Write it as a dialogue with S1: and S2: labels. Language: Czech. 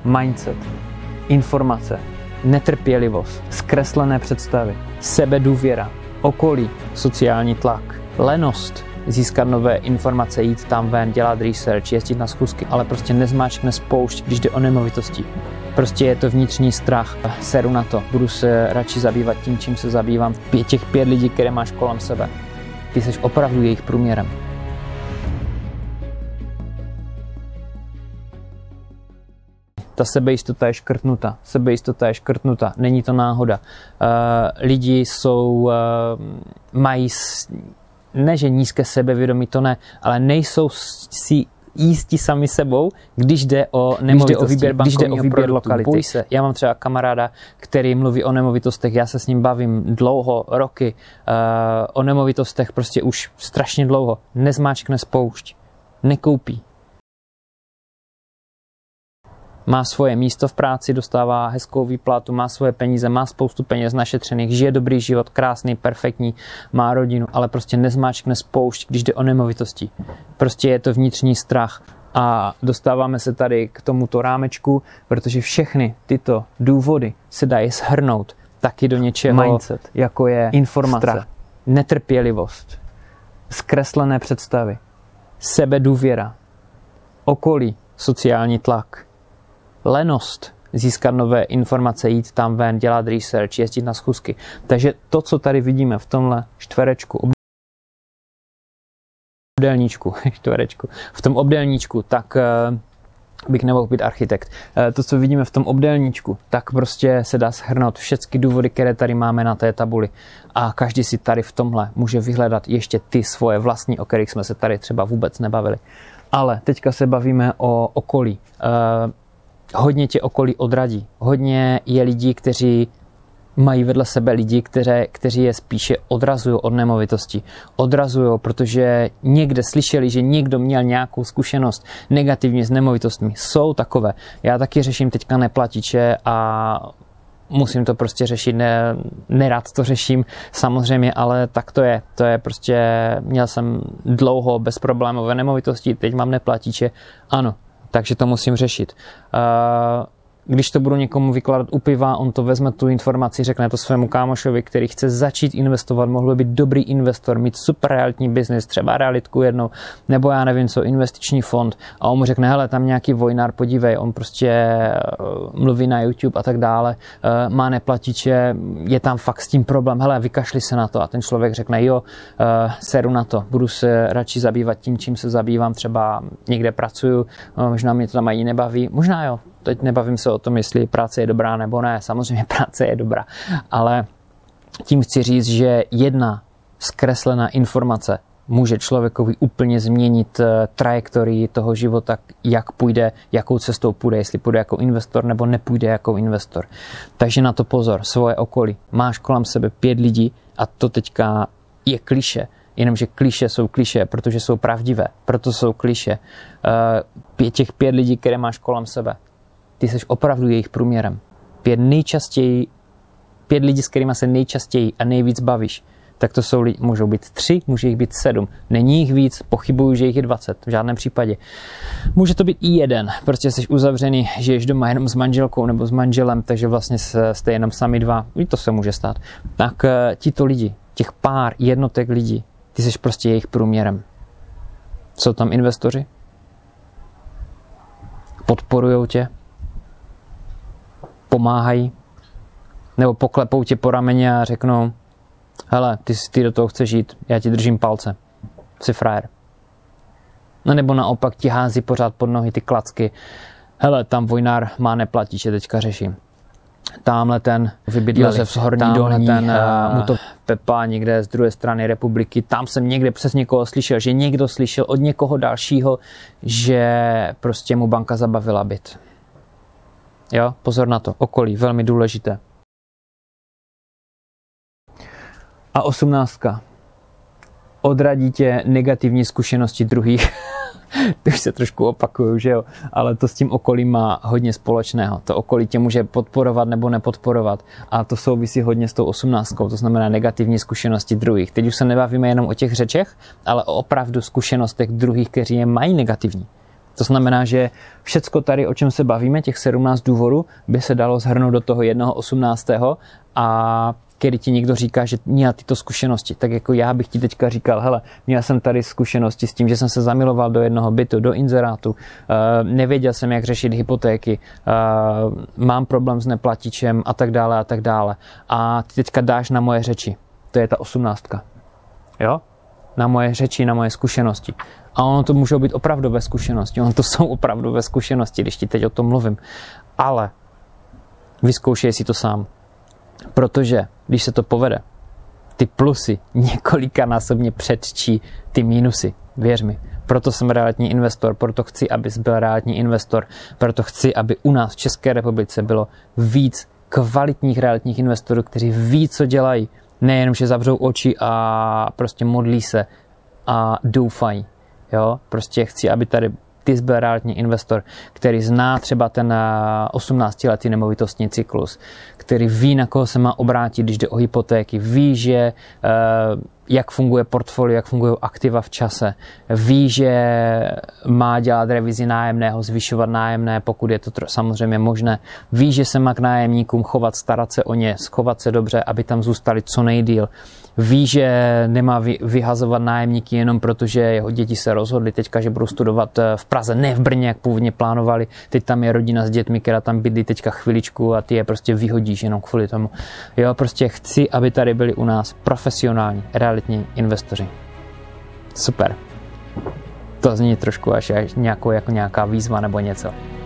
S1: mindset, informace, netrpělivost, zkreslené představy, sebedůvěra, okolí, sociální tlak, lenost, získat nové informace, jít tam ven, dělat research, jezdit na schůzky, ale prostě nezmáčkne spoušť, když jde o nemovitosti. Prostě je to vnitřní strach. Seru na to. Budu se radši zabývat tím, čím se zabývám. Těch 5 lidí, které máš kolem sebe. Ty jsi opravdu jejich průměrem. Ta sebejistota je škrtnuta. Sebejistota je škrtnuta. Není to náhoda. Lidi jsou, mají, ne že nízké sebevědomí, to ne, ale nejsou si jistí sami sebou, když jde o nemovitosti, když jde o výběr lokality. Bojí se. Já mám třeba kamaráda, který mluví o nemovitostech, já se s ním bavím dlouho, roky, o nemovitostech prostě už strašně dlouho. Nezmáčkne spoušť, nekoupí. Má svoje místo v práci, dostává hezkou výplatu, má svoje peníze, má spoustu peněz našetřených, žije dobrý život, krásný, perfektní, má rodinu, ale prostě nezmáčkne spoušť, když jde o nemovitosti. Prostě je to vnitřní strach. A dostáváme se tady k tomuto rámečku, protože všechny tyto důvody se dají shrnout taky do něčeho, mindset, jako je informace, strach, netrpělivost, zkreslené představy, sebedůvěra, okolí, sociální tlak, lenost, získat nové informace, jít tam ven, dělat research, jezdit na schůzky. Takže to, co tady vidíme v tomhle v tom obdélníčku, tak bych nemohl být architekt. To, co vidíme v tom obdélníčku, tak prostě se dá shrnout všechny důvody, které tady máme na té tabuli. A každý si tady v tomhle může vyhledat ještě ty svoje vlastní, o kterých jsme se tady třeba vůbec nebavili. Ale teďka se bavíme o okolí. Hodně tě okolí odradí. Hodně je lidí, kteří mají vedle sebe lidi, kteří je spíše odrazují od nemovitosti. Odrazují, protože někde slyšeli, že někdo měl nějakou zkušenost negativně s nemovitostmi. Jsou takové. Já taky řeším teďka neplatiče a musím to prostě řešit. Nerad to řeším samozřejmě, ale tak to je. To je prostě, měl jsem dlouho bezproblémové nemovitosti, teď mám neplatiče. Ano. Takže to musím řešit. Když to budu někomu vykládat u piva, on to vezme tu informaci, řekne to svému kámošovi, který chce začít investovat, mohl by být dobrý investor, mít super realitní biznis, třeba realitku jednou, nebo já nevím co, investiční fond. A on mu řekne, hele, tam nějaký vojnár, podívej, on prostě mluví na YouTube a tak dále, má neplatiče, je tam fakt s tím problém, hele, vykašli se na to. A ten člověk řekne, jo, seru na to, budu se radši zabývat tím, čím se zabývám, třeba někde pracuju, možná mě to tam ani nebaví, možná jo. Teď nebavím se o tom, jestli práce je dobrá nebo ne. Samozřejmě práce je dobrá. Ale tím chci říct, že jedna zkreslená informace může člověkovi úplně změnit trajektorii toho života, jak půjde, jakou cestou půjde, jestli půjde jako investor nebo nepůjde jako investor. Takže na to pozor, svoje okolí. Máš kolem sebe 5 lidí a to teďka je klišé. Jenomže klišé jsou klišé, protože jsou pravdivé. Proto jsou klišé. Těch 5 lidí, které máš kolem sebe. Ty jsi opravdu jejich průměrem. 5 lidí, s kterými se nejčastěji a nejvíc bavíš, tak to jsou lidi, můžou být 3, může jich být 7. Není jich víc, pochybuju, že jich je 20, v žádném případě. Může to být i 1, prostě jsi uzavřený, žiješ doma jenom s manželkou nebo s manželem, takže vlastně jste jenom sami 2, i to se může stát. Tak tito lidi, těch pár jednotek lidí, ty jsi prostě jejich průměrem. Jsou tam investoři? Podporujou tě? Pomáhají, nebo poklepou tě po rameni a řeknou, hele, ty do toho chceš žít, já ti držím palce, jsi frajer. No nebo naopak ti hází pořád pod nohy ty klacky, hele, tam vojnár má neplatiče, teďka řeším. Támhle ten vybydleli z Horní Dolní, mu to Pepa někde z druhé strany republiky, tam jsem někde přes někoho slyšel, že někdo slyšel od někoho dalšího, že prostě mu banka zabavila byt. Jo, pozor na to, okolí, velmi důležité. A 18. Odradí tě negativní zkušenosti druhých. To už se trošku opakuju, že jo, ale to s tím okolím má hodně společného. To okolí tě může podporovat nebo nepodporovat a to souvisí hodně s tou 18, to znamená negativní zkušenosti druhých. Teď už se nebavíme jenom o těch řečech, ale o opravdu zkušenostech druhých, kteří je mají negativní. To znamená, že všecko tady, o čem se bavíme, těch 17 důvodů, by se dalo shrnout do toho jednoho 18. a který ti někdo říká, že měl tyto zkušenosti. Tak jako já bych ti teďka říkal, hele, měl jsem tady zkušenosti s tím, že jsem se zamiloval do jednoho bytu, do inzerátu, nevěděl jsem, jak řešit hypotéky, mám problém s neplatičem a tak dále a tak dále. A ty teďka dáš na moje řeči. To je ta 18. Jo? Na moje řeči, na moje zkušenosti. A ono to můžou být opravdové zkušenosti. Ono to jsou opravdové zkušenosti, když ti teď o tom mluvím. Ale vyzkoušej si to sám. Protože, když se to povede, ty plusy několikanásobně předčí ty mínusy. Věř mi. Proto jsem realitní investor, proto chci, abys byl realitní investor, proto chci, aby u nás v České republice bylo víc kvalitních realitních investorů, kteří ví, co dělají. Nejenom, že zavřou oči a prostě modlí se a doufají. Jo? Prostě chci, aby tady ty byl realitní investor, který zná třeba ten 18letý nemovitostní cyklus, který ví, na koho se má obrátit, když jde o hypotéky, ví, že jak funguje portfolio, jak fungují aktiva v čase, ví, že má dělat revizi nájemného, zvyšovat nájemné, pokud je to samozřejmě možné, ví, že se má k nájemníkům chovat, starat se o ně, schovat se dobře, aby tam zůstali co nejdýl. Ví, že nemá vyhazovat nájemníky jenom proto, že jeho děti se rozhodly teďka, že budou studovat v Praze, ne v Brně, jak původně plánovali. Teď tam je rodina s dětmi, která tam bydlí teďka chviličku a ty je prostě vyhodíš jenom kvůli tomu. Jo, prostě chci, aby tady byli u nás profesionální, realitní investoři. Super. To zní trošku až jako nějaká výzva nebo něco.